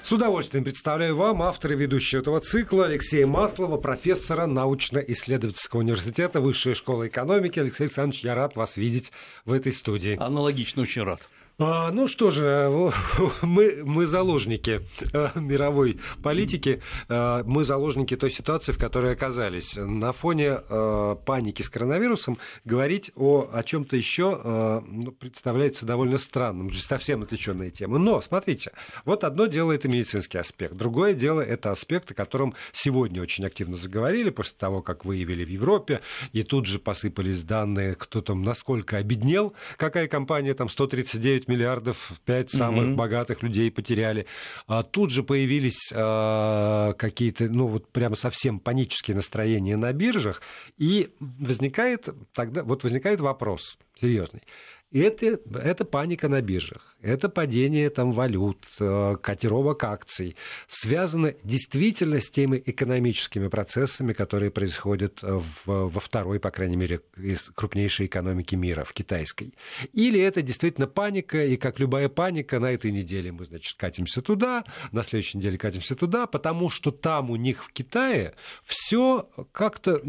С удовольствием представляю вам автора и ведущего этого цикла Алексея Маслова, профессора научно-исследовательского университета Высшей школы экономики. Алексей Александрович, я рад вас видеть в этой студии. Аналогично, очень рад. Ну что же, мы заложники мировой политики, мы заложники той ситуации, в которой оказались. На фоне паники с коронавирусом говорить о чем-то еще представляется довольно странным, совсем отвлеченная тема. Но, смотрите, вот одно дело это медицинский аспект, другое дело это аспект, о котором сегодня очень активно заговорили, после того, как выявили в Европе, и тут же посыпались данные, кто там насколько обеднел, какая компания там 139 миллиардов, 5 самых богатых людей потеряли. Тут же появились какие-то, прямо совсем панические настроения на биржах, и возникает вопрос серьезный. Это паника на биржах, это падение там валют, котировок акций, связано действительно с теми экономическими процессами, которые происходят во второй, по крайней мере, из крупнейшей экономики мира, в китайской. Или это действительно паника, и как любая паника, на этой неделе мы, катимся туда, на следующей неделе катимся туда, потому что там у них в Китае все как-то,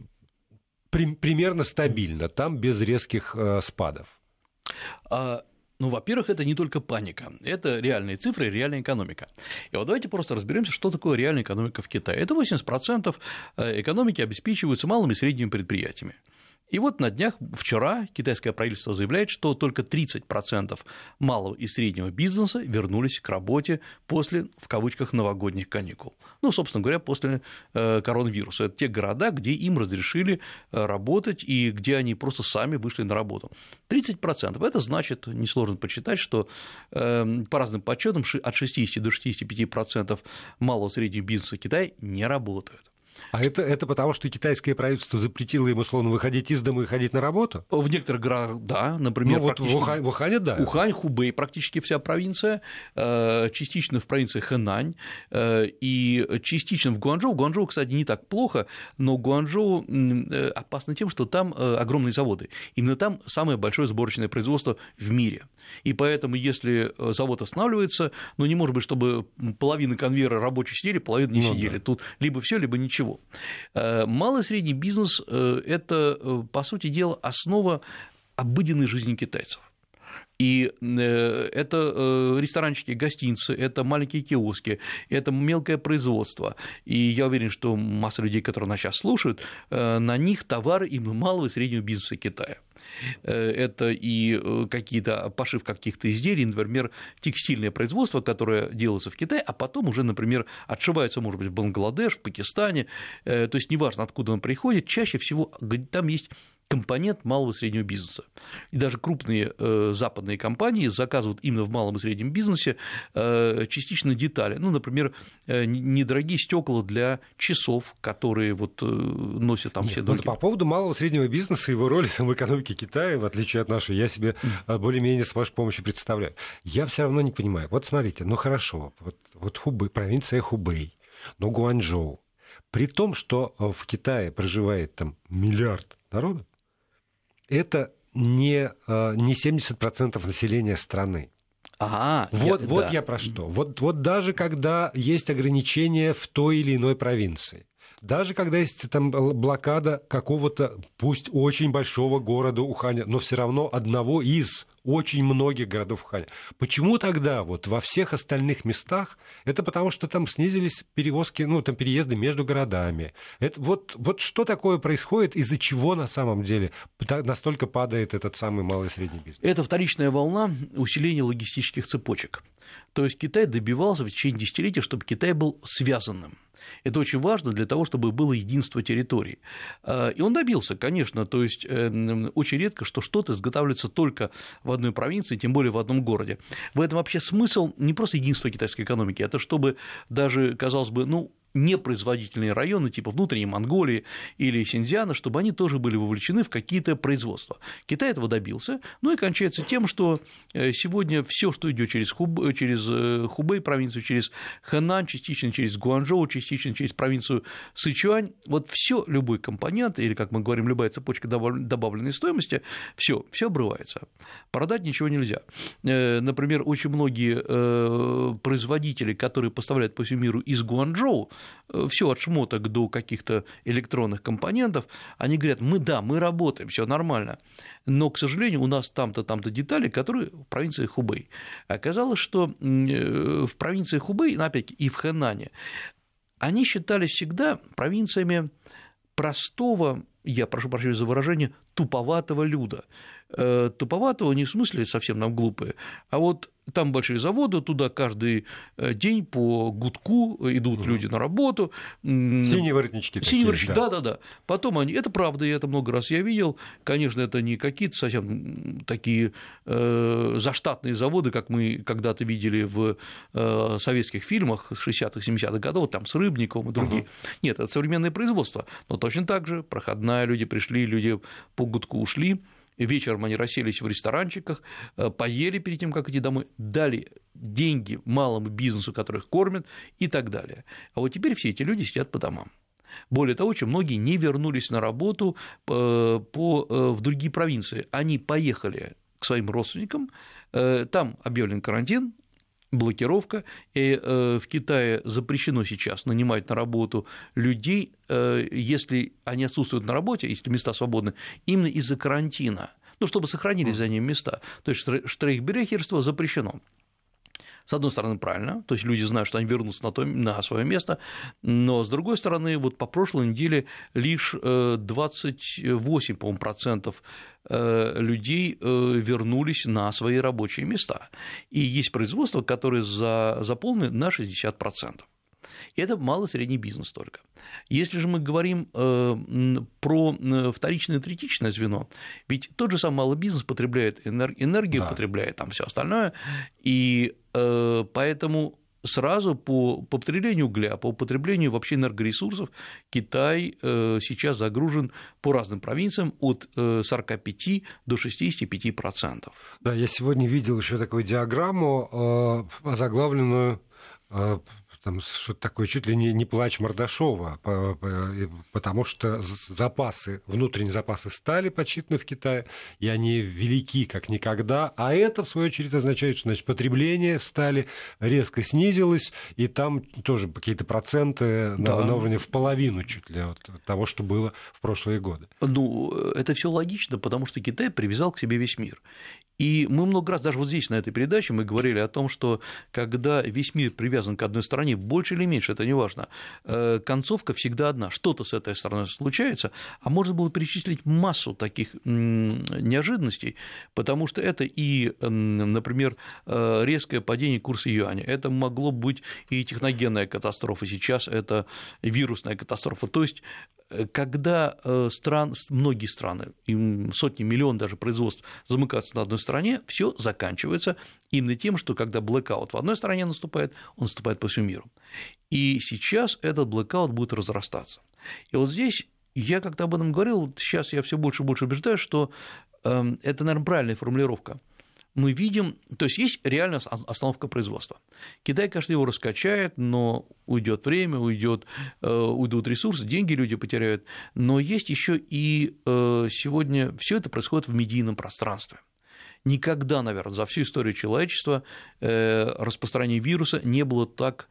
примерно стабильно, там без резких спадов. Во-первых, это не только паника, это реальные цифры, реальная экономика. И вот давайте просто разберемся, что такое реальная экономика в Китае. Это 80% экономики обеспечиваются малыми и средними предприятиями. И вот на днях, вчера, китайское правительство заявляет, что только 30% малого и среднего бизнеса вернулись к работе после, в кавычках, новогодних каникул. Собственно говоря, после коронавируса. Это те города, где им разрешили работать и где они просто сами вышли на работу. 30%. Это значит, несложно подсчитать, что по разным подсчетам от 60 до 65% малого и среднего бизнеса Китая не работают. А это потому, что китайское правительство запретило им, условно, выходить из дома и ходить на работу? В некоторых городах, да, например, в Ухане, да. Ухань, Хубэй, практически вся провинция, частично в провинции Хэнань и частично в Гуанчжоу. Гуанчжоу, кстати, не так плохо, но Гуанчжоу опасно тем, что там огромные заводы. Именно там самое большое сборочное производство в мире. И поэтому, если завод останавливается, не может быть, чтобы половина конвейера рабочих сидели, половина не сидели. Да. Тут либо все, либо ничего. Малый и средний бизнес – это, по сути дела, основа обыденной жизни китайцев. И это ресторанчики, гостиницы, это маленькие киоски, это мелкое производство. И я уверен, что масса людей, которые нас сейчас слушают, на них товары именно малого и среднего бизнеса Китая. Это и какие-то пошив каких-то изделий, например, текстильное производство, которое делается в Китае, а потом уже, например, отшивается, может быть, в Бангладеш, в Пакистане, то есть неважно, откуда он приходит, чаще всего там есть компонент малого и среднего бизнеса. И даже крупные западные компании заказывают именно в малом и среднем бизнесе частично детали. Например, недорогие стекла для часов, которые носят там все другие. По поводу малого и среднего бизнеса и его роли в экономике Китая, в отличие от нашей, я себе более-менее с вашей помощью представляю. Я все равно не понимаю. Вот смотрите, хорошо, вот Хубэй, провинция Хубэй, Гуанчжоу. При том, что в Китае проживает там миллиард народу, это не 70% населения страны. Я про что. Вот даже когда есть ограничения в той или иной провинции, даже когда есть там блокада какого-то, пусть очень большого города Уханя, но все равно одного из очень многих городов Уханя. Почему тогда во всех остальных местах? Это потому, что там снизились перевозки, переезды между городами. Это, что такое происходит, из-за чего на самом деле настолько падает этот самый малый и средний бизнес? Это вторичная волна усиления логистических цепочек. То есть Китай добивался в течение десятилетий, чтобы Китай был связанным. Это очень важно для того, чтобы было единство территорий. И он добился, конечно, то есть очень редко, что что-то изготавливается только в одной провинции, тем более в одном городе. В этом вообще смысл не просто единства китайской экономики, это чтобы даже, казалось бы, непроизводительные районы типа внутренней Монголии или Синьцзяна, чтобы они тоже были вовлечены в какие-то производства. Китай этого добился, ну и кончается тем, что сегодня все, что идет через Хубэй провинцию, через Хэнань, частично через Гуанчжоу, частично через провинцию Сычуань, вот все, любой компонент, или, как мы говорим, любая цепочка добавленной стоимости, все обрывается. Продать ничего нельзя. Например, очень многие производители, которые поставляют по всему миру из Гуанчжоу, все от шмоток до каких-то электронных компонентов, они говорят, мы работаем, все нормально, но, к сожалению, у нас там-то детали, которые в провинции Хубэй. Оказалось, что в провинции Хубэй, опять-таки, и в Хэнане, они считались всегда провинциями простого, я прошу прощения за выражение, туповатого люда. Туповатого не в смысле совсем нам глупые, а вот там большие заводы, туда каждый день по гудку идут люди на работу. Синие воротнички. Синие воротнички, да. Потом они, это правда, я это много раз я видел, конечно, это не какие-то совсем такие заштатные заводы, как мы когда-то видели в советских фильмах 60-х, 70-х годов, там с Рыбниковым и другие. Нет, это современное производство, но точно так же проходная, люди пришли, люди по гудку ушли. Вечером они расселись в ресторанчиках, поели перед тем, как идти домой, дали деньги малому бизнесу, который их кормит, и так далее. А вот теперь все эти люди сидят по домам. Более того, очень многие не вернулись на работу в другие провинции. Они поехали к своим родственникам, там объявлен карантин, блокировка, и в Китае запрещено сейчас нанимать на работу людей, если они отсутствуют на работе, если места свободны, именно из-за карантина, ну, чтобы сохранились за ними места. То есть штрейхбрехерство запрещено. С одной стороны, правильно, то есть люди знают, что они вернутся на свое место, но с другой стороны, вот по прошлой неделе лишь 28, по-моему, процентов людей вернулись на свои рабочие места. И есть производства, которые заполнены на 60%. И это малый и средний бизнес только. Если же мы говорим про вторичное и третичное звено, ведь тот же самый малый бизнес потребляет энергию, потребляет там все остальное, и поэтому сразу по потреблению угля, по употреблению вообще энергоресурсов Китай сейчас загружен по разным провинциям от 45 до 65%. Да, я сегодня видел еще такую диаграмму, озаглавленную там что-то такое, чуть ли не плач Мордашова, потому что внутренние запасы стали подсчитаны в Китае, и они велики как никогда, а это, в свою очередь, означает, что потребление в стали резко снизилось, и там тоже какие-то проценты на уровне в половину чуть ли от того, что было в прошлые годы. Ну, это все логично, потому что Китай привязал к себе весь мир. И мы много раз, даже вот здесь, на этой передаче, мы говорили о том, что когда весь мир привязан к одной стороне, больше или меньше, это не важно, концовка всегда одна. Что-то с этой стороны случается, а можно было перечислить массу таких неожиданностей, потому что это и, например, резкое падение курса юаня, это могло быть и техногенная катастрофа, сейчас это вирусная катастрофа. То есть когда многие страны, сотни миллионов даже производств замыкаются на одной стороне, все заканчивается именно тем, что когда блэкаут в одной стране наступает, он наступает по всему миру. И сейчас этот блэкаут будет разрастаться. И вот здесь я как-то об этом говорил, сейчас я все больше и больше убеждаюсь, что это, наверное, правильная формулировка. Мы видим, то есть реальная остановка производства. Китай, конечно, его раскачает, но уйдет время, уйдут ресурсы, деньги люди потеряют, но есть еще и сегодня все это происходит в медийном пространстве. Никогда, наверное, за всю историю человечества распространение вируса не было так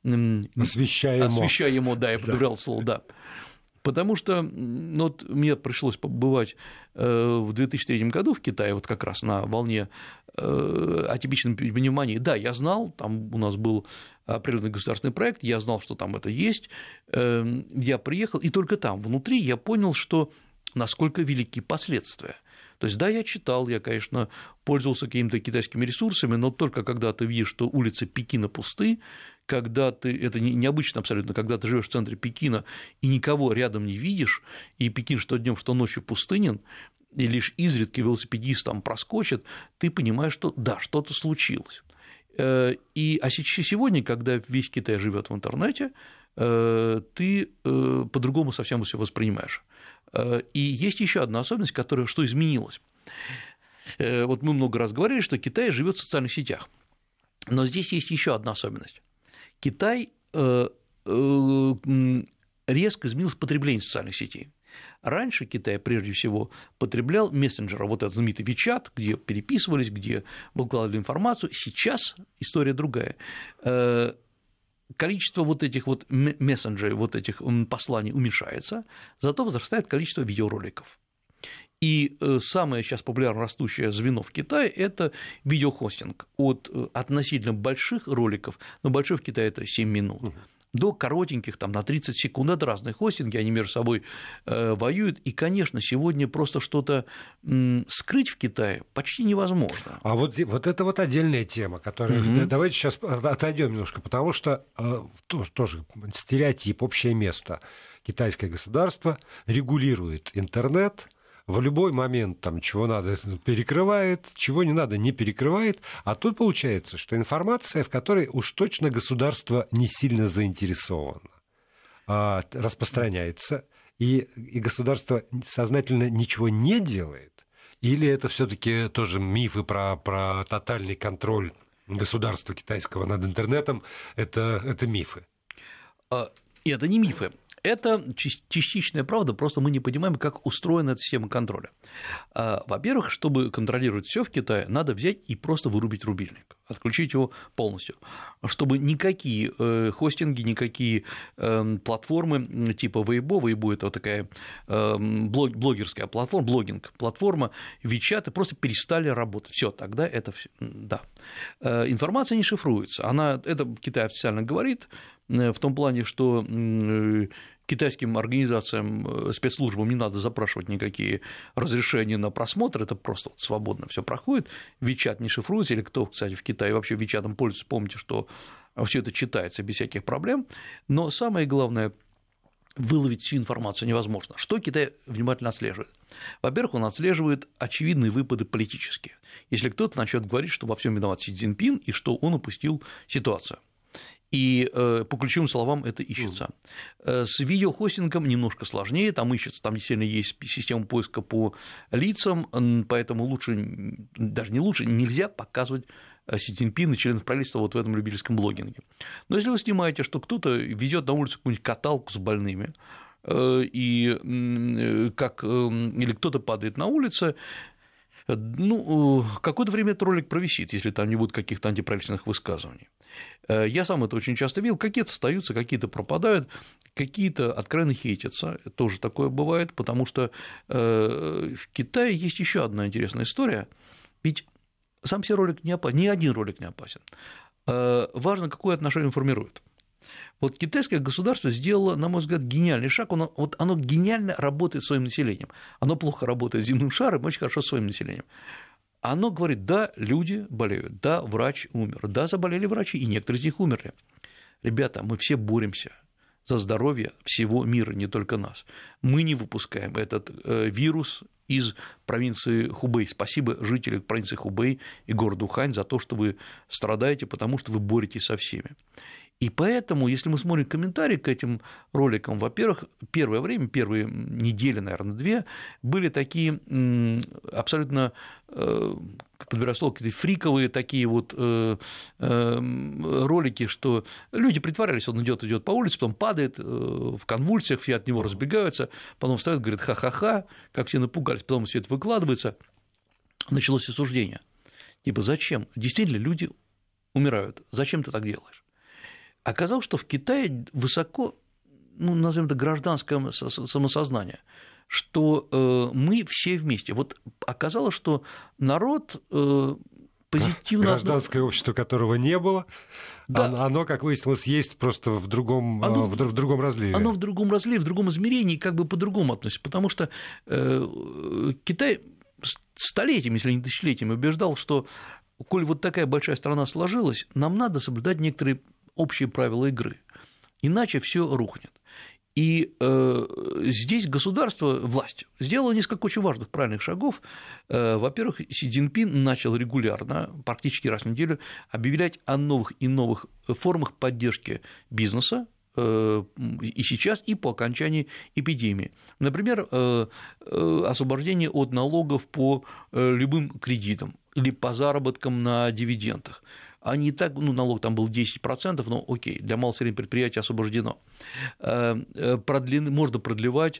освещаемо, да, я подобрал слово, да. Потому что вот мне пришлось побывать в 2003 году в Китае, вот как раз на волне атипичной пневмонии. Да, я знал, там у нас был определенный государственный проект, я знал, что там это есть. Я приехал, и только там, внутри, я понял, что насколько велики последствия. То есть, да, я читал, я, конечно, пользовался какими-то китайскими ресурсами, но только когда ты видишь, что улицы Пекина пусты, когда ты, это необычно абсолютно, когда ты живешь в центре Пекина и никого рядом не видишь, и Пекин что днем, что ночью пустынен, и лишь изредка велосипедист там проскочит, ты понимаешь, что да, что-то случилось. А сегодня, когда весь Китай живет в интернете, ты по-другому совсем все воспринимаешь. И есть еще одна особенность, что изменилась. Вот мы много раз говорили, что Китай живет в социальных сетях. Но здесь есть еще одна особенность. Китай резко изменился потребление социальных сетей. Раньше Китай, прежде всего, потреблял мессенджеры, вот этот знаменитый WeChat, где переписывались, где выкладывали информацию. Сейчас история другая. Количество вот этих вот мессенджеров, вот этих посланий уменьшается, зато возрастает количество видеороликов. И самое сейчас популярно растущее звено в Китае – это видеохостинг от относительно больших роликов, но большой в Китае – это 7 минут, до коротеньких, там, на 30 секунд. Это разные хостинги, они между собой воюют. И, конечно, сегодня просто что-то скрыть в Китае почти невозможно. А вот это вот отдельная тема, которая… Давайте сейчас отойдем немножко, потому что тоже стереотип, общее место. Китайское государство регулирует интернет, в любой момент там, чего надо, перекрывает, чего не надо, не перекрывает. А тут получается, что информация, в которой уж точно государство не сильно заинтересовано, распространяется, и государство сознательно ничего не делает. Или это все-таки тоже мифы про тотальный контроль государства китайского над интернетом? Это мифы. И это не мифы. Это частичная правда, просто мы не понимаем, как устроена эта система контроля. Во-первых, чтобы контролировать все в Китае, надо взять и просто вырубить рубильник, отключить его полностью, чтобы никакие хостинги, никакие платформы типа Weibo – это вот такая блогерская платформа, блогинг-платформа, WeChat просто перестали работать. Все, тогда это да. Информация не шифруется. Это Китай официально говорит, в том плане, что китайским организациям, спецслужбам не надо запрашивать никакие разрешения на просмотр, это просто свободно все проходит, WeChat не шифруется, или кто, кстати, в Китае вообще WeChat пользуется, помните, что все это читается без всяких проблем, но самое главное, выловить всю информацию невозможно. Что Китай внимательно отслеживает? Во-первых, он отслеживает очевидные выпады политические. Если кто-то начнет говорить, что во всем виноват Си Цзиньпин и что он упустил ситуацию. И по ключевым словам это ищется. С видеохостингом немножко сложнее, там ищется, там действительно есть система поиска по лицам, поэтому лучше, даже не лучше, нельзя показывать Си Цзиньпина и членов правительства вот в этом любительском блогинге. Но если вы снимаете, что кто-то везет на улицу какую-нибудь каталку с больными, или кто-то падает на улице, какое-то время этот ролик провисит, если там не будет каких-то антиправительственных высказываний. Я сам это очень часто видел, какие-то остаются, какие-то пропадают, какие-то откровенно хейтятся, тоже такое бывает, потому что в Китае есть еще одна интересная история, ведь сам себе ролик не опасен, ни один ролик не опасен, важно, какое отношение он формирует. Вот китайское государство сделало, на мой взгляд, гениальный шаг, оно гениально работает с своим населением, оно плохо работает с земным шаром, очень хорошо с своим населением. Оно говорит, да, люди болеют, да, врач умер, да, заболели врачи, и некоторые из них умерли. Ребята, мы все боремся за здоровье всего мира, не только нас. Мы не выпускаем этот вирус из провинции Хубэй. Спасибо жителям провинции Хубэй и города Ухань за то, что вы страдаете, потому что вы боретесь со всеми. И поэтому, если мы смотрим комментарии к этим роликам, во-первых, первое время, первые недели, наверное, 2, были такие абсолютно, как подбираю слово, какие-то фриковые такие вот ролики, что люди притворялись, он идет по улице, потом падает в конвульсиях, все от него разбегаются, потом встают, говорят ха-ха-ха, как все напугались, потом все это выкладывается, началось осуждение. Типа, зачем? Действительно, люди умирают, зачем ты так делаешь? Оказалось, что в Китае высоко, назовем это, гражданское самосознание, что мы все вместе. Вот оказалось, что народ позитивно… Гражданское общество, которого не было, да. Оно, как выяснилось, есть просто в другом разливе. Оно в другом разливе, в другом измерении, как бы по-другому относится, потому что Китай столетиями, если не тысячелетиями, убеждал, что, коль вот такая большая страна сложилась, нам надо соблюдать некоторые общие правила игры, иначе все рухнет. И здесь государство, власть, сделало несколько очень важных, правильных шагов. Во-первых, Си Цзиньпин начал регулярно, практически раз в неделю, объявлять о новых и новых формах поддержки бизнеса и сейчас, и по окончании эпидемии. Например, освобождение от налогов по любым кредитам или по заработкам на дивидендах. Они и так, налог там был 10%, но окей, для малого и среднего предприятия освобождено. Можно продлевать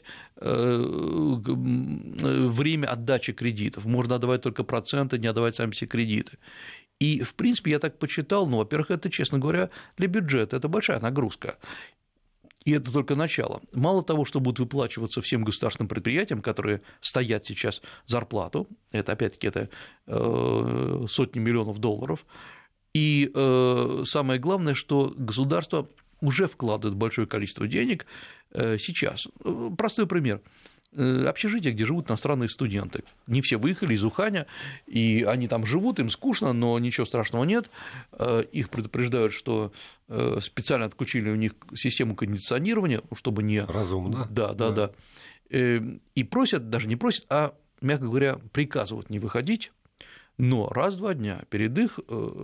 время отдачи кредитов, можно отдавать только проценты, не отдавать сами все кредиты. И, в принципе, я так почитал, во-первых, это, честно говоря, для бюджета это большая нагрузка. И это только начало. Мало того, что будут выплачиваться всем государственным предприятиям, которые стоят сейчас зарплату, это, опять-таки, это сотни миллионов долларов, и самое главное, что государство уже вкладывает большое количество денег сейчас. Простой пример. Общежития, где живут иностранные студенты. Не все выехали из Уханя, и они там живут, им скучно, но ничего страшного нет. Их предупреждают, что специально отключили у них систему кондиционирования, чтобы не… Разумно. Да. И просят, даже не просят, а, мягко говоря, приказывают не выходить. Но раз в 2 дня перед их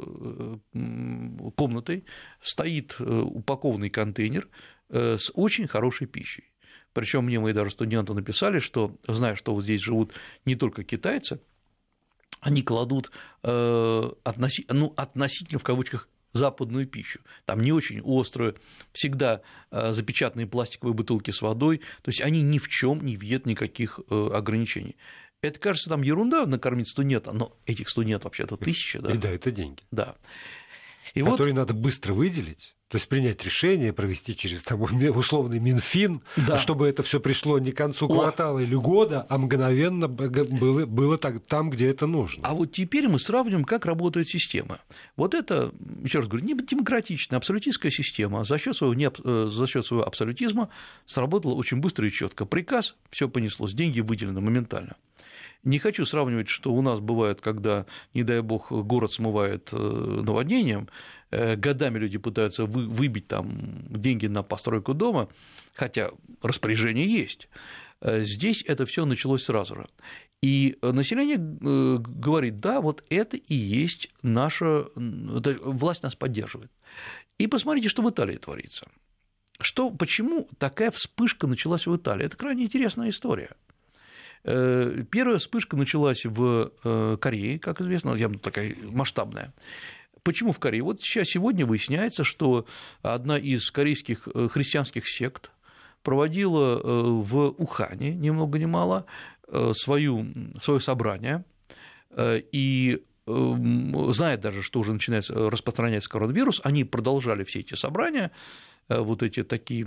комнатой стоит упакованный контейнер с очень хорошей пищей. Причем мне мои даже студенты написали, что, зная, что вот здесь живут не только китайцы, они кладут относительно, в кавычках, западную пищу. Там не очень острую, всегда запечатанные пластиковые бутылки с водой, то есть они ни в чем не видят никаких ограничений. Это, кажется, там ерунда накормить студента, но этих студентов вообще-то 1000, да? И да, это деньги. Да. Которые надо быстро выделить, то есть принять решение, провести через условный Минфин, да. Чтобы это все пришло не к концу квартала или года, а мгновенно было там, где это нужно. А вот теперь мы сравним, как работает система. Вот это, еще раз говорю, не демократичная, абсолютистская система за счет своего абсолютизма сработала очень быстро и четко. Приказ, все понеслось, деньги выделены моментально. Не хочу сравнивать, что у нас бывает, когда, не дай бог, город смывает наводнением, годами люди пытаются выбить там деньги на постройку дома, хотя распоряжение есть. Здесь это все началось сразу же. И население говорит, да, вот это и есть наша… Власть нас поддерживает. И посмотрите, что в Италии творится. Почему такая вспышка началась в Италии? Это крайне интересная история. Первая вспышка началась в Корее, как известно, явно такая масштабная. Почему в Корее? Вот сегодня выясняется, что одна из корейских христианских сект проводила в Ухане, ни много ни мало, свое собрание, и зная даже, что уже начинается распространяться коронавирус, они продолжали все эти собрания, вот эти такие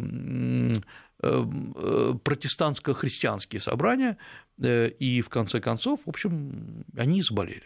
протестантско-христианские собрания, и в конце концов, в общем, они заболели.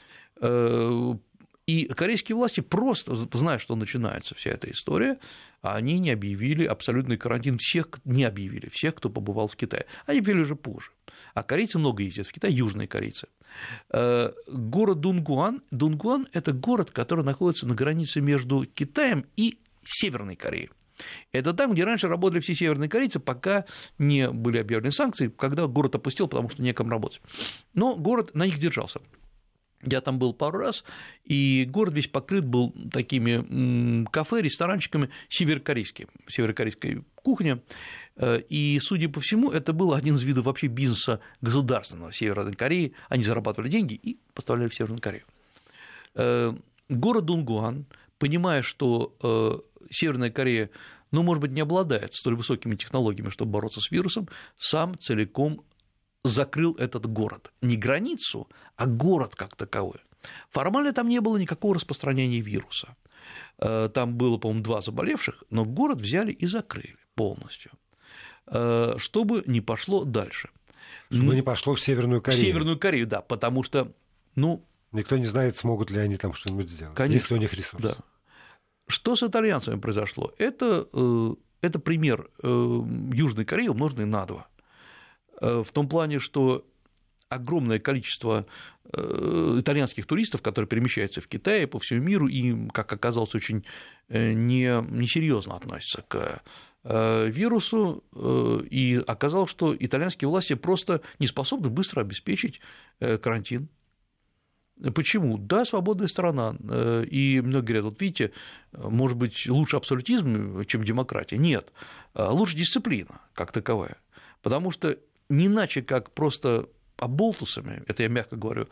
И корейские власти, просто зная, что начинается вся эта история, они не объявили абсолютный карантин, всех, кто побывал в Китае. Они объявили уже позже. А корейцы много ездят в Китай, южные корейцы. Город Дунгуан – это город, который находится на границе между Китаем и Северной Кореей. Это там, где раньше работали все северные корейцы, пока не были объявлены санкции, когда город опустел, потому что некому работать. Но город на них держался. Я там был пару раз, и город весь покрыт был такими кафе, ресторанчиками северокорейской кухни, и, судя по всему, это был один из видов вообще бизнеса государственного Северной Кореи, они зарабатывали деньги и поставляли в Северную Корею. Город Дунгуан, понимая, что Северная Корея, может быть, не обладает столь высокими технологиями, чтобы бороться с вирусом, сам целиком закрыл этот город. Не границу, а город как таковой. Формально там не было никакого распространения вируса. Там было, по-моему, 2 заболевших, но город взяли и закрыли полностью, чтобы не пошло дальше. Чтобы не пошло в Северную Корею. В Северную Корею, да, потому что, никто не знает, смогут ли они там что-нибудь сделать, конечно, если у них ресурсы. Да. Что с итальянцами произошло? Это пример Южной Кореи, умноженный на 2. В том плане, что огромное количество итальянских туристов, которые перемещаются в Китае, по всему миру, и, как оказалось, очень несерьезно относятся к вирусу, и оказалось, что итальянские власти просто не способны быстро обеспечить карантин. Почему? Да, свободная страна. И многие говорят, вот видите, может быть, лучше абсолютизм, чем демократия. Нет, лучше дисциплина как таковая. Потому что не иначе, как просто оболтусами, это я мягко говорю,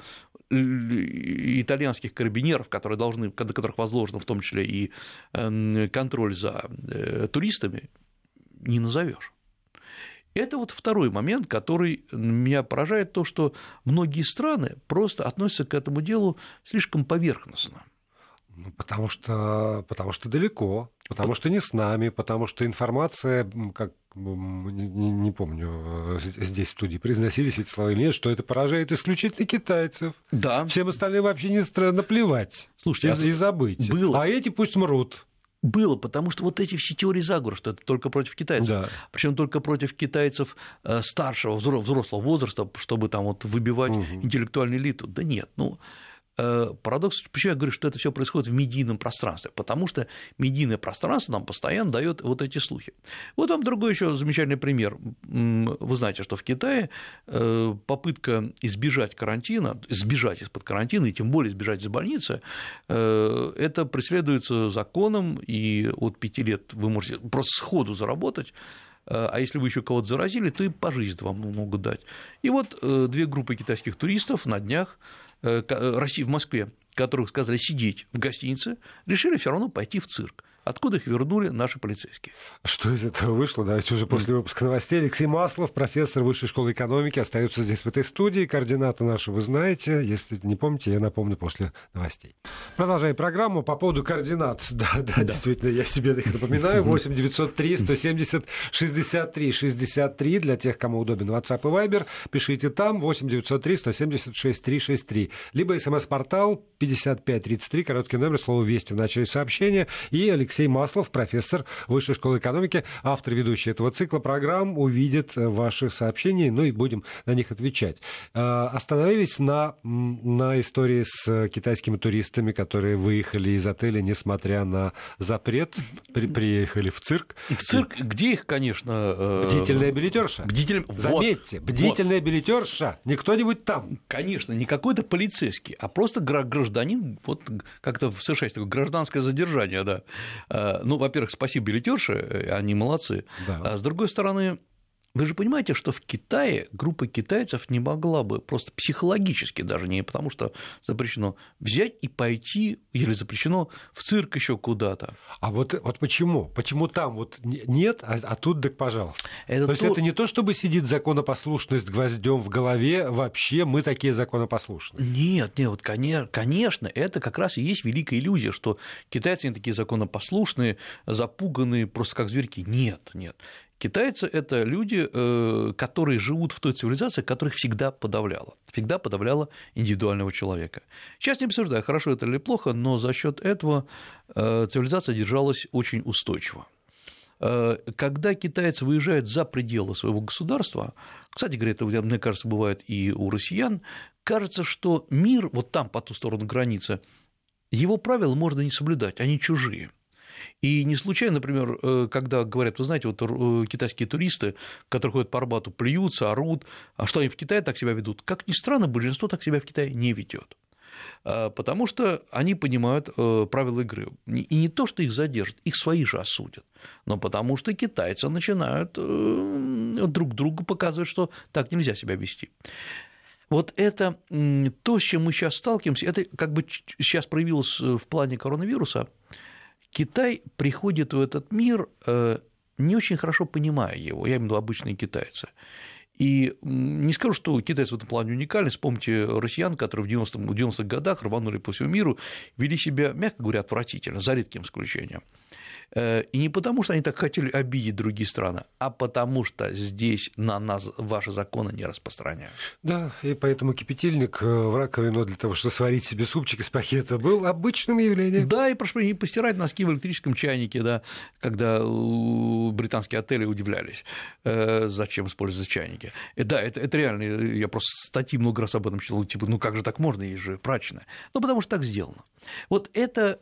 итальянских карабинеров, которые должны, на которых возложено в том числе и контроль за туристами, не назовешь. Это вот второй момент, который меня поражает, то, что многие страны просто относятся к этому делу слишком поверхностно. Потому что далеко, потому что не с нами, потому что информация, как не помню, здесь в студии произносились эти слова или нет, что это поражает исключительно китайцев. Да. Всем остальным вообще не наплевать. Слушайте, и забыть. Было. А эти пусть мрут. Было, потому что вот эти все теории заговора, что это только против китайцев, Да. Причем только против китайцев старшего, взрослого возраста, чтобы там вот выбивать интеллектуальную элиту. Да нет, парадокс, почему я говорю, что это все происходит в медийном пространстве, потому что медийное пространство нам постоянно дает вот эти слухи. Вот вам другой еще замечательный пример. Вы знаете, что в Китае попытка избежать карантина, сбежать из-под карантина и тем более сбежать из больницы, это преследуется законом, и от 5 лет вы можете просто сходу заработать. А если вы еще кого-то заразили, то и пожизненно вам могут дать. И вот 2 группы китайских туристов на днях в Москве, которых сказали сидеть в гостинице, решили все равно пойти в цирк. Откуда их вернули наши полицейские? Что из этого вышло? Давайте уже после выпуска новостей. Алексей Маслов, профессор Высшей школы экономики, остается здесь, в этой студии. Координаты наши вы знаете. Если не помните, я напомню после новостей. Продолжаем программу по поводу координат. Да, действительно, я себе их напоминаю. 8 903 170 63 63 для тех, кому удобен WhatsApp и Viber. Пишите там 8 903 170 63 63. Либо смс-портал 5533, короткий номер, слово «Вести» в начале сообщения. И Алексей Маслов, профессор Высшей школы экономики, автор, ведущий этого цикла программ, увидит ваши сообщения, и будем на них отвечать. Остановились на истории с китайскими туристами, которые выехали из отеля, несмотря на запрет, приехали в цирк. В цирк, где их, конечно... Бдительная билетерша. Заметьте, бдительная билетерша, не кто-нибудь там. Конечно, не какой-то полицейский, а просто гражданин, вот как-то в США есть такое гражданское задержание, да. Во-первых, спасибо билетерши, они молодцы. Да. А с другой стороны, вы же понимаете, что в Китае группа китайцев не могла бы просто психологически, даже не потому, что запрещено, взять и пойти, или запрещено в цирк еще куда-то. А вот почему? Почему там вот нет, а тут так пожалуйста? То есть это не то, чтобы сидит законопослушность гвоздем в голове, вообще мы такие законопослушные. Нет, вот, конечно, это как раз и есть великая иллюзия, что китайцы не такие законопослушные, запуганные, просто как зверьки. Нет. Китайцы – это люди, которые живут в той цивилизации, которая всегда подавляла индивидуального человека. Сейчас не обсуждаю, хорошо это или плохо, но за счет этого цивилизация держалась очень устойчиво. Когда китайцы выезжают за пределы своего государства, кстати говоря, это, мне кажется, бывает и у россиян, кажется, что мир вот там, по ту сторону границы, его правила можно не соблюдать, они чужие. И не случайно, например, когда говорят, вы знаете, вот китайские туристы, которые ходят по Арбату, плюются, орут, а что они в Китае так себя ведут? Как ни странно, большинство так себя в Китае не ведет, потому что они понимают правила игры. И не то, что их задержат, их свои же осудят, но потому что китайцы начинают друг другу показывать, что так нельзя себя вести. Вот это то, с чем мы сейчас сталкиваемся, это как бы сейчас проявилось в плане коронавируса. Китай приходит в этот мир, не очень хорошо понимая его, я имею в виду обычные китайцы. И не скажу, что китайцы в этом плане уникальны. Вспомните россиян, которые в 90-х годах рванули по всему миру, вели себя, мягко говоря, отвратительно, за редким исключением. И не потому, что они так хотели обидеть другие страны, а потому что здесь на нас ваши законы не распространяют. Да, и поэтому кипятильник в раковину для того, чтобы сварить себе супчик из пакета, был обычным явлением. Да, и прошу не постирать носки в электрическом чайнике, да, когда британские отели удивлялись, зачем используются чайники. Да, это реально, я просто статьи много раз об этом читал, типа, как же так можно, есть же прачечная. Потому что так сделано. Вот это...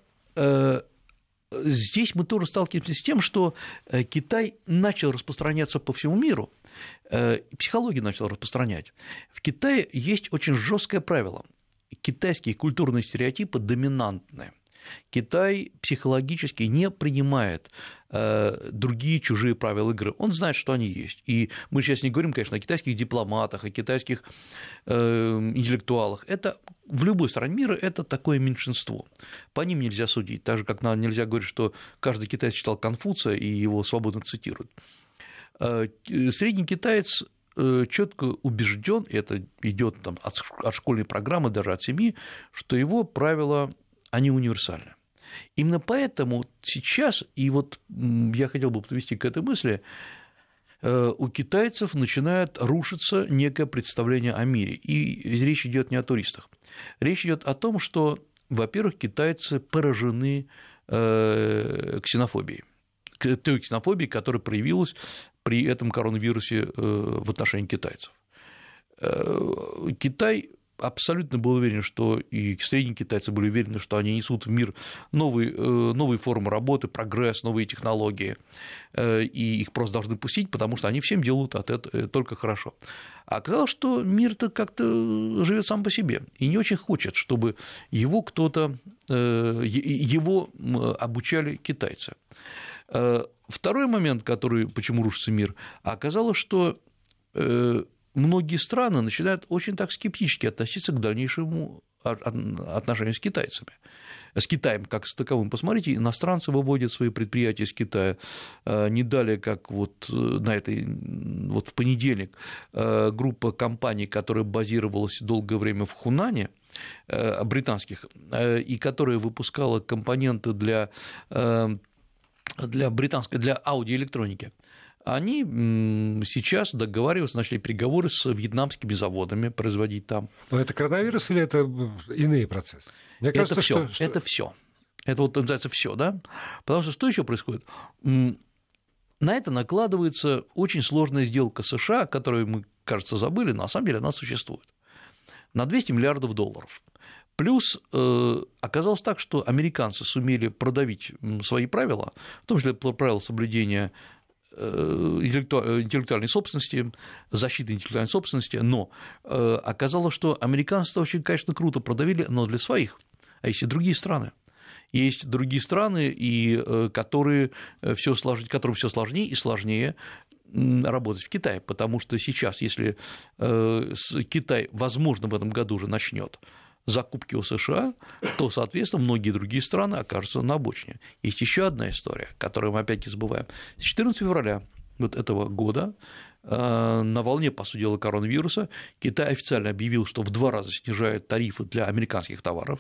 Здесь мы тоже сталкиваемся с тем, что Китай начал распространяться по всему миру, психология начала распространять. В Китае есть очень жесткое правило. китайские культурные стереотипы доминантны. Китай психологически не принимает другие чужие правила игры. Он знает, что они есть. И мы сейчас не говорим, конечно, о китайских дипломатах, о китайских интеллектуалах. Это в любой стране мира это такое меньшинство. По ним нельзя судить. Так же, как нельзя говорить, что каждый китаец читал Конфуция и его свободно цитируют. Средний китаец четко убежден, это идет от школьной программы, даже от семьи, что его правила они универсальны. Именно поэтому сейчас, и вот я хотел бы подвести к этой мысли, у китайцев начинает рушиться некое представление о мире. И речь идет не о туристах. Речь идет о том, что, во-первых, китайцы поражены ксенофобией. Той ксенофобией, которая проявилась при этом коронавирусе в отношении китайцев. Китай абсолютно был уверен, что и средние китайцы были уверены, что они несут в мир новые формы работы, прогресс, новые технологии, и их просто должны пустить, потому что они всем делают от этого только хорошо. А оказалось, что мир-то как-то живет сам по себе и не очень хочет, чтобы его кто-то, его обучали китайцы. Второй момент, почему рушится мир, оказалось, что многие страны начинают очень так скептически относиться к дальнейшему отношению с китайцами. С Китаем как с таковым. Посмотрите, иностранцы выводят свои предприятия из Китая. Не далее, как вот в понедельник группа компаний, которая базировалась долгое время в Хунане, британских, и которая выпускала компоненты для аудиоэлектроники, они сейчас договариваются, начали переговоры с вьетнамскими заводами производить там. Но это коронавирус или это иные процессы? Мне кажется, это все. Это вот называется все, да? Потому что еще происходит? На это накладывается очень сложная сделка США, которую мы, кажется, забыли, но на самом деле она существует. На $200 миллиардов. Плюс оказалось так, что американцы сумели продавить свои правила, в том числе правила соблюдения интеллектуальной собственности, защиты интеллектуальной собственности, но оказалось, что американцы очень, конечно, круто продавили, но для своих, а есть и другие страны. Есть другие страны, которым все сложнее и сложнее работать в Китае, потому что сейчас, если Китай, возможно, в этом году уже начнет закупки у США, то, соответственно, многие другие страны окажутся на обочине. Есть еще одна история, которую мы опять не забываем. С 14 февраля вот этого года на волне, по сути дела, коронавируса Китай официально объявил, что в 2 раза снижает тарифы для американских товаров.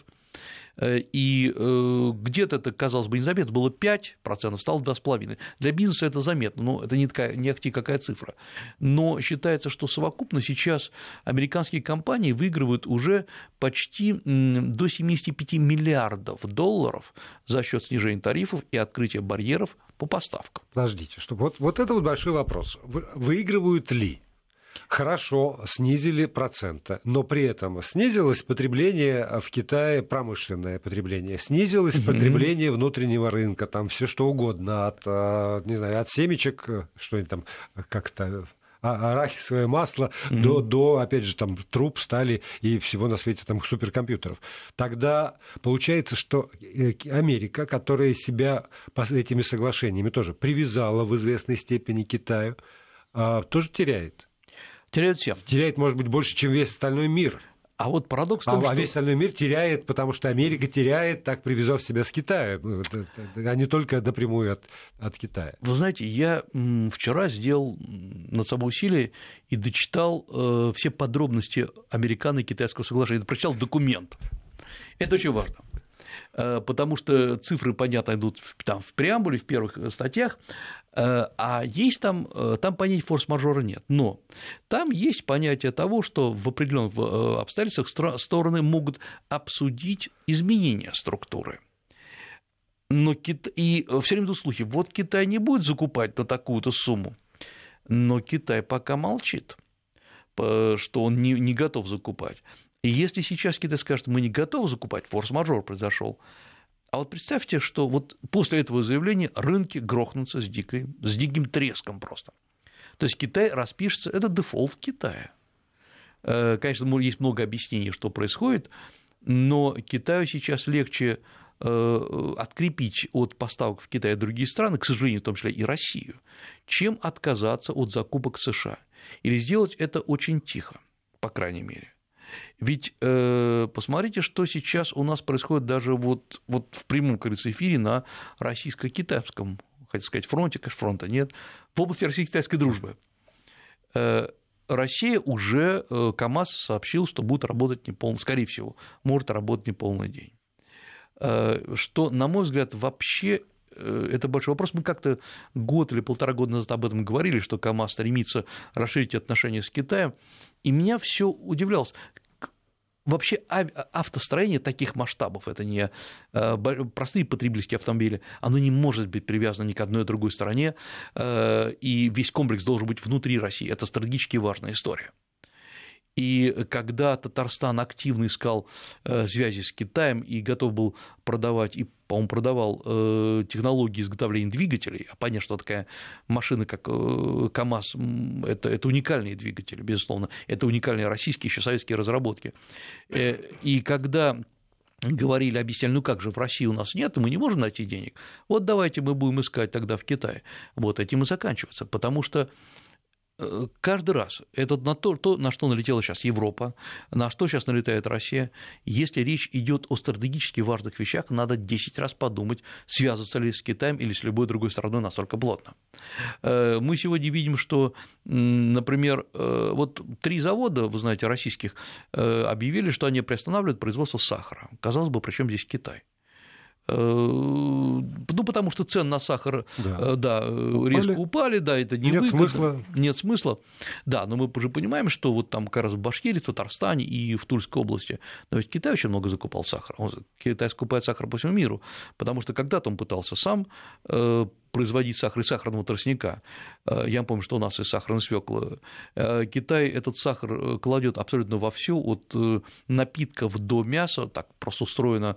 И где-то это, казалось бы, незаметно, было 5%, стало 2,5%. Для бизнеса это заметно, но это не ахти какая цифра. Но считается, что совокупно сейчас американские компании выигрывают уже почти до $75 миллиардов за счет снижения тарифов и открытия барьеров по поставкам. Подождите, вот это вот большой вопрос. Выигрывают ли? Хорошо, снизили проценты, но при этом снизилось потребление в Китае, промышленное потребление, снизилось потребление внутреннего рынка, там все что угодно, от семечек, что-нибудь там, как-то арахисовое масло, до, опять же, там, труб, стали и всего на свете там суперкомпьютеров. Тогда получается, что Америка, которая себя этими соглашениями тоже привязала в известной степени к Китаю, тоже теряет. Теряют все. Теряет, может быть, больше, чем весь остальной мир. А вот парадокс в том, что... весь остальной мир теряет, потому что Америка теряет, так привязав себя с Китая, а не только напрямую от Китая. Вы знаете, я вчера сделал над собой усилие и дочитал все подробности американо-китайского соглашения, прочитал документ. Это очень важно, потому что цифры, понятно, идут там в преамбуле, в первых статьях, а есть там понятия форс-мажора нет, но там есть понятие того, что в определенных обстоятельствах стороны могут обсудить изменения структуры. И все время идут слухи, вот Китай не будет закупать на такую-то сумму, но Китай пока молчит, что он не готов закупать. И если сейчас Китай скажет, мы не готовы закупать, форс-мажор произошел. А вот представьте, что вот после этого заявления рынки грохнутся с диким треском просто. То есть Китай распишется, это дефолт Китая. Конечно, есть много объяснений, что происходит, но Китаю сейчас легче открепить от поставок в Китай и другие страны, к сожалению, в том числе и Россию, чем отказаться от закупок США. Или сделать это очень тихо, по крайней мере. Ведь посмотрите, что сейчас у нас происходит даже вот в прямом, как говорится, эфире на российско-китайском, хотел сказать, фронте, конечно, фронта нет, в области российско-китайской дружбы. Россия уже, КАМАЗ сообщил, что будет работать неполный, скорее всего, может работать неполный день. Что, на мой взгляд, вообще это большой вопрос. Мы как-то год или полтора года назад об этом говорили, что КАМАЗ стремится расширить отношения с Китаем, и меня все удивлялось. Вообще автостроение таких масштабов, это не простые потребительские автомобили, оно не может быть привязано ни к одной другой стране, и весь комплекс должен быть внутри России. Это стратегически важная история. И когда Татарстан активно искал связи с Китаем и готов был продавать, и, по-моему, продавал технологии изготовления двигателей, а понятно, что такая машина, как КАМАЗ, это уникальные двигатели, безусловно, это уникальные российские, еще советские разработки. И когда говорили, объясняли, ну как же, в России у нас нет, и мы не можем найти денег, вот давайте мы будем искать тогда в Китае. Вот этим и заканчивается, потому что каждый раз это на то, на что налетела сейчас Европа, на что сейчас налетает Россия, если речь идет о стратегически важных вещах, надо 10 раз подумать, связываться ли с Китаем или с любой другой страной настолько плотно. Мы сегодня видим, что, например, вот 3 завода, вы знаете, российских, объявили, что они приостанавливают производство сахара. Казалось бы, при чем здесь Китай? Ну, потому что цены на сахар резко упали, да, это не выгодно, нет смысла. Да, но мы уже понимаем, что вот там как раз в Башкирии, в Татарстане и в Тульской области, но ведь Китай очень много закупал сахара, Китай скупает сахар по всему миру, потому что когда-то он пытался сам производить сахар из сахарного тростника. Я помню, что у нас из сахарной свеклы. Китай этот сахар кладет абсолютно во все, от напитков до мяса, так просто устроено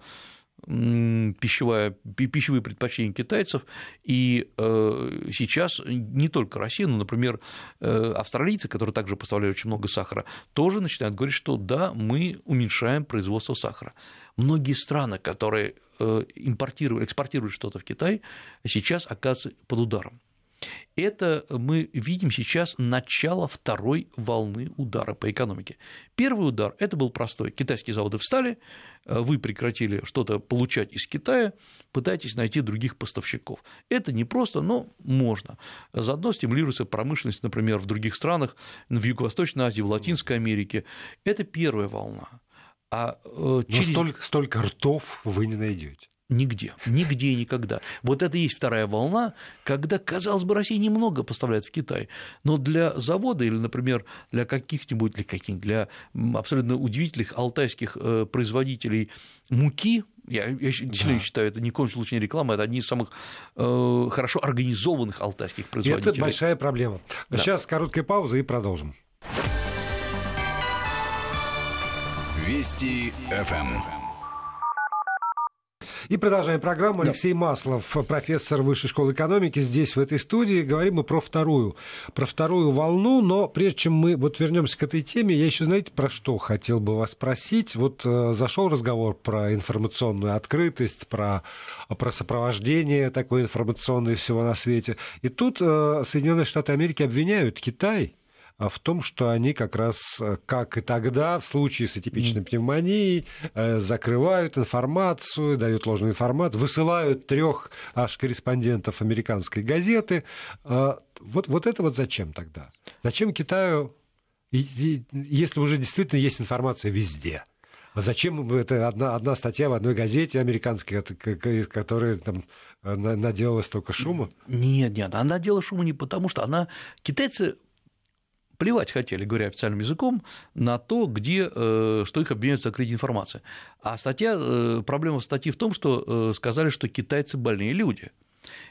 пищевые предпочтения китайцев, и сейчас не только Россия, но, например, австралийцы, которые также поставляют очень много сахара, тоже начинают говорить, что да, мы уменьшаем производство сахара. Многие страны, которые экспортируют что-то в Китай, сейчас оказываются под ударом. Это мы видим сейчас начало второй волны удара по экономике. Первый удар – это был простой. Китайские заводы встали, вы прекратили что-то получать из Китая, пытаетесь найти других поставщиков. Это непросто, но можно. Заодно стимулируется промышленность, например, в других странах, в Юго-Восточной Азии, в Латинской Америке. Это первая волна. Столько ртов вы не найдете. Нигде и никогда. Вот это и есть вторая волна, когда, казалось бы, Россия немного поставляет в Китай, но для завода или, например, для для абсолютно удивительных алтайских производителей муки, я действительно считаю, это ни в коем случае не реклама, это одни из самых хорошо организованных алтайских производителей. Это большая проблема. Да. Сейчас короткая пауза и продолжим. Вести ФМ. И продолжаем программу. Алексей Маслов, профессор Высшей школы экономики, здесь, в этой студии. Говорим мы про вторую волну, но прежде чем мы вернемся к этой теме, я еще, знаете, про что хотел бы вас спросить. Зашел разговор про информационную открытость, про сопровождение такой информационной всего на свете. И тут Соединенные Штаты Америки обвиняют Китай в том, что они как раз, как и тогда, в случае с атипичной пневмонией, закрывают информацию, дают ложную информацию, высылают 3 аж корреспондентов американской газеты. Вот это зачем тогда? Зачем Китаю, если уже действительно есть информация везде? Зачем это одна статья в одной газете американской, которая там наделала столько шума? Нет, она наделала шума не потому, что китайцы плевать хотели, говоря официальным языком, на то, что их обвиняют в закрытии информации. А проблема в статье в том, что сказали, что китайцы больные люди.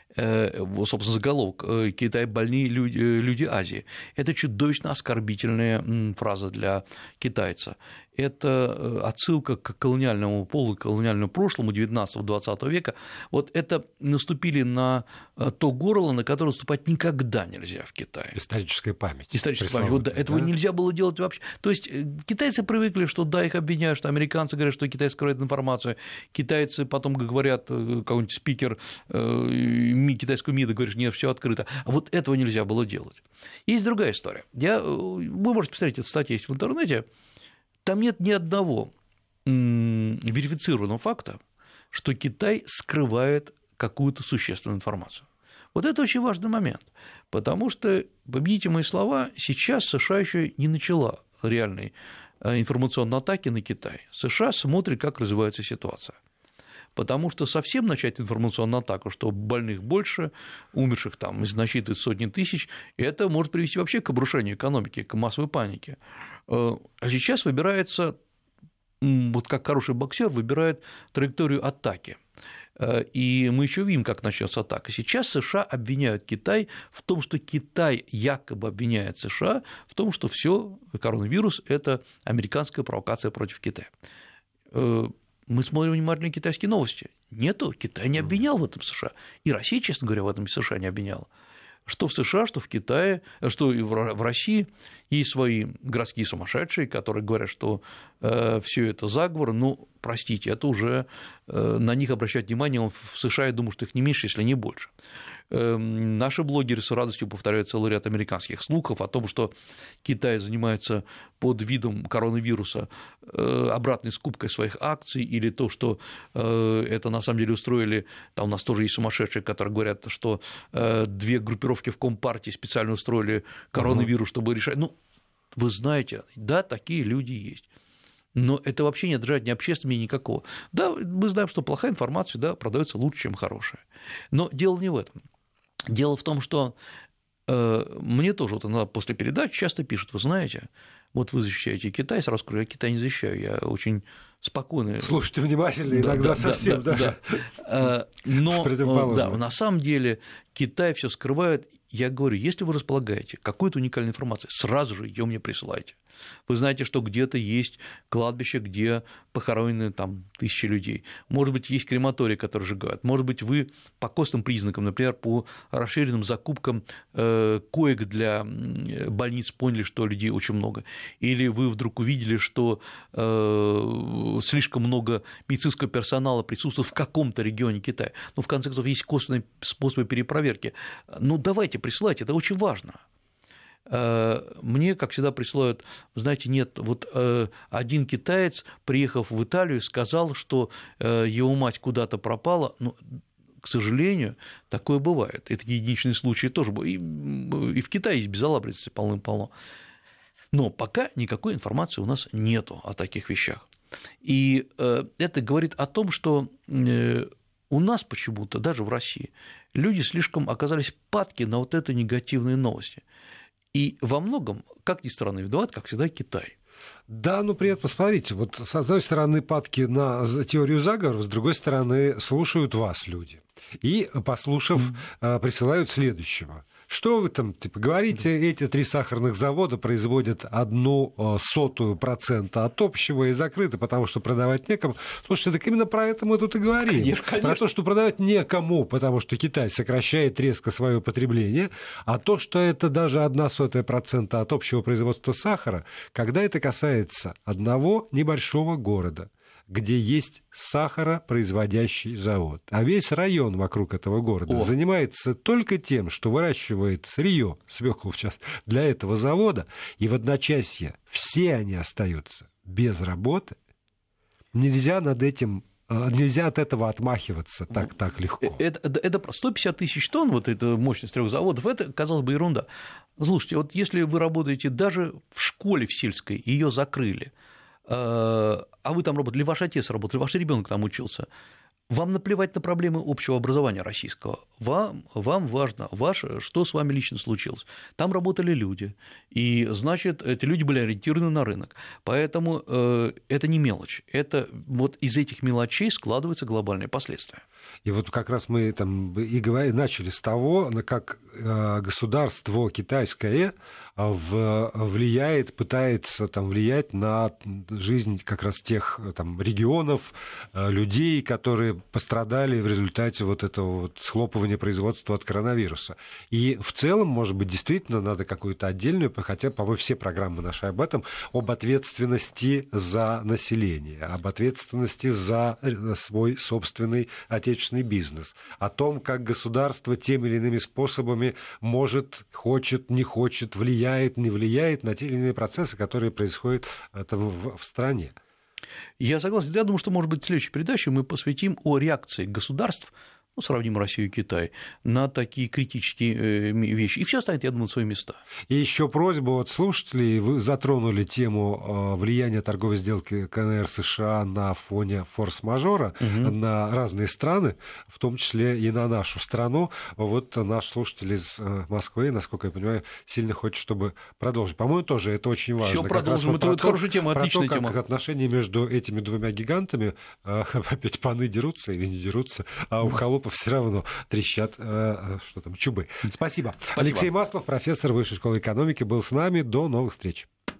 собственно, заголовок «Китай больнее люди Азии». Это чудовищно оскорбительная фраза для китайца. Это отсылка к колониальному полуколониальному прошлому XIX-XX века. Вот это наступили на то горло, на которое наступать никогда нельзя в Китае. Историческая память. Историческая память. Вот, да, этого нельзя было делать вообще. То есть китайцы привыкли, что да, их обвиняют, что американцы говорят, что Китай скрывает информацию, китайцы потом говорят, какой-нибудь спикер китайского МИДа говорит, нет, все открыто. А вот этого нельзя было делать. Есть другая история. Вы можете посмотреть, эта статья есть в интернете. Там нет ни одного верифицированного факта, что Китай скрывает какую-то существенную информацию. Вот это очень важный момент, потому что, помяните мои слова, сейчас США еще не начала реальной информационной атаки на Китай. США смотрит, как развивается ситуация. Потому что совсем начать информационную атаку, что больных больше, умерших там насчитывает сотни тысяч, это может привести вообще к обрушению экономики, к массовой панике. А сейчас выбирается, вот как хороший боксер выбирает траекторию атаки. И мы еще видим, как начнется атака. Сейчас США обвиняют Китай в том, что Китай якобы обвиняет США в том, что все коронавирус – это американская провокация против Китая. Мы смотрим внимательно китайские новости. Нету, Китай не обвинял в этом США. И Россия, честно говоря, в этом США не обвиняла. Что в США, что в Китае, что и в России есть свои городские сумасшедшие, которые говорят, что все это заговор. Ну, простите, это уже на них обращать внимание. В США, я думаю, что их не меньше, если не больше. Наши блогеры с радостью повторяют целый ряд американских слухов о том, что Китай занимается под видом коронавируса обратной скупкой своих акций, или то, что это на самом деле устроили, там у нас тоже есть сумасшедшие, которые говорят, что две группировки в Компартии специально устроили коронавирус, чтобы решать. Ну, вы знаете, да, такие люди есть. Но это вообще не отражает ни общественного, ни никакого. Да, мы знаем, что плохая информация, да, продается лучше, чем хорошая. Но дело не в этом. Дело в том, что мне тоже вот иногда после передач часто пишут, вы знаете, вот вы защищаете Китай, сразу скажу, я Китай не защищаю, я очень спокойный. Слушайте внимательно, иногда совсем даже. Но да, на самом деле Китай все скрывает. Я говорю, если вы располагаете какой-то уникальной информацией, сразу же ее мне присылайте. Вы знаете, что где-то есть кладбище, где похоронены там тысячи людей. Может быть, есть крематории, которые сжигают. Может быть, вы по костным признакам, например, по расширенным закупкам коек для больниц поняли, что людей очень много. Или вы вдруг увидели, что слишком много медицинского персонала присутствует в каком-то регионе Китая. Ну, в конце концов, есть косвенные способы перепроверки. Ну, давайте присылайте, это очень важно. Мне, как всегда, присылают, знаете, нет, вот один китаец, приехав в Италию, сказал, что его мать куда-то пропала, ну, к сожалению, такое бывает, это единичные случаи тоже бывают, и в Китае есть безалаберности полным-полно, но пока никакой информации у нас нету о таких вещах, и это говорит о том, что у нас почему-то, даже в России, люди слишком оказались падки на вот это негативные новости. И во многом, как ни странно, виноват, как всегда, Китай. Да, но при этом, посмотрите, вот с одной стороны падки на теорию заговора, с другой стороны слушают вас люди. И, послушав, присылают следующего. Что вы там говорите, эти 3 сахарных завода производят 0,01% от общего и закрыты, потому что продавать некому. Слушайте, так именно про это мы тут и говорим. Конечно. Про то, что продавать некому, потому что Китай сокращает резко свое потребление, а то, что это даже 0,01% от общего производства сахара, когда это касается одного небольшого города, где есть сахаропроизводящий завод. А весь район вокруг этого города занимается только тем, что выращивает сырье, свеклу сейчас, для этого завода, и в одночасье все они остаются без работы. Нельзя от этого отмахиваться так легко. Это 150 тысяч тонн, вот эта мощность 3 заводов, это, казалось бы, ерунда. Слушайте, вот если вы работаете даже в школе в сельской, ее закрыли, а вы там работали, или ваш отец работал, или ваш ребенок там учился, Вам наплевать на проблемы общего образования российского. Вам важно, что с вами лично случилось. Там работали люди, и, значит, эти люди были ориентированы на рынок. Поэтому это не мелочь. Это вот из этих мелочей складываются глобальные последствия. И вот как раз мы там и начали с того, как государство китайское пытается там влиять на жизнь как раз тех там регионов, людей, которые пострадали в результате вот этого вот схлопывания производства от коронавируса. И в целом, может быть, действительно надо какую-то отдельную, хотя, по-моему, все программы наши об этом, об ответственности за население, об ответственности за свой собственный отечественный бизнес, о том, как государство теми или иными способами может, хочет, не хочет, влияет, не влияет на те или иные процессы, которые происходят в стране. Я согласен. Я думаю, что, может быть, в следующей передаче мы посвятим о реакции государств, сравним Россию и Китай, на такие критические вещи. И все оставит, я думаю, на свои места. И еще просьба от слушателей. Вы затронули тему влияния торговой сделки КНР-США на фоне форс-мажора на разные страны, в том числе и на нашу страну. Вот наш слушатель из Москвы, насколько я понимаю, сильно хочет, чтобы продолжить. По-моему, тоже это очень важно. Все продолжим. Это хорошая тема, отличная тема. Как отношения между этими двумя гигантами, опять паны дерутся или не дерутся, а у холопов все равно трещат чубы. Спасибо. Алексей Маслов, профессор Высшей школы экономики, был с нами. До новых встреч.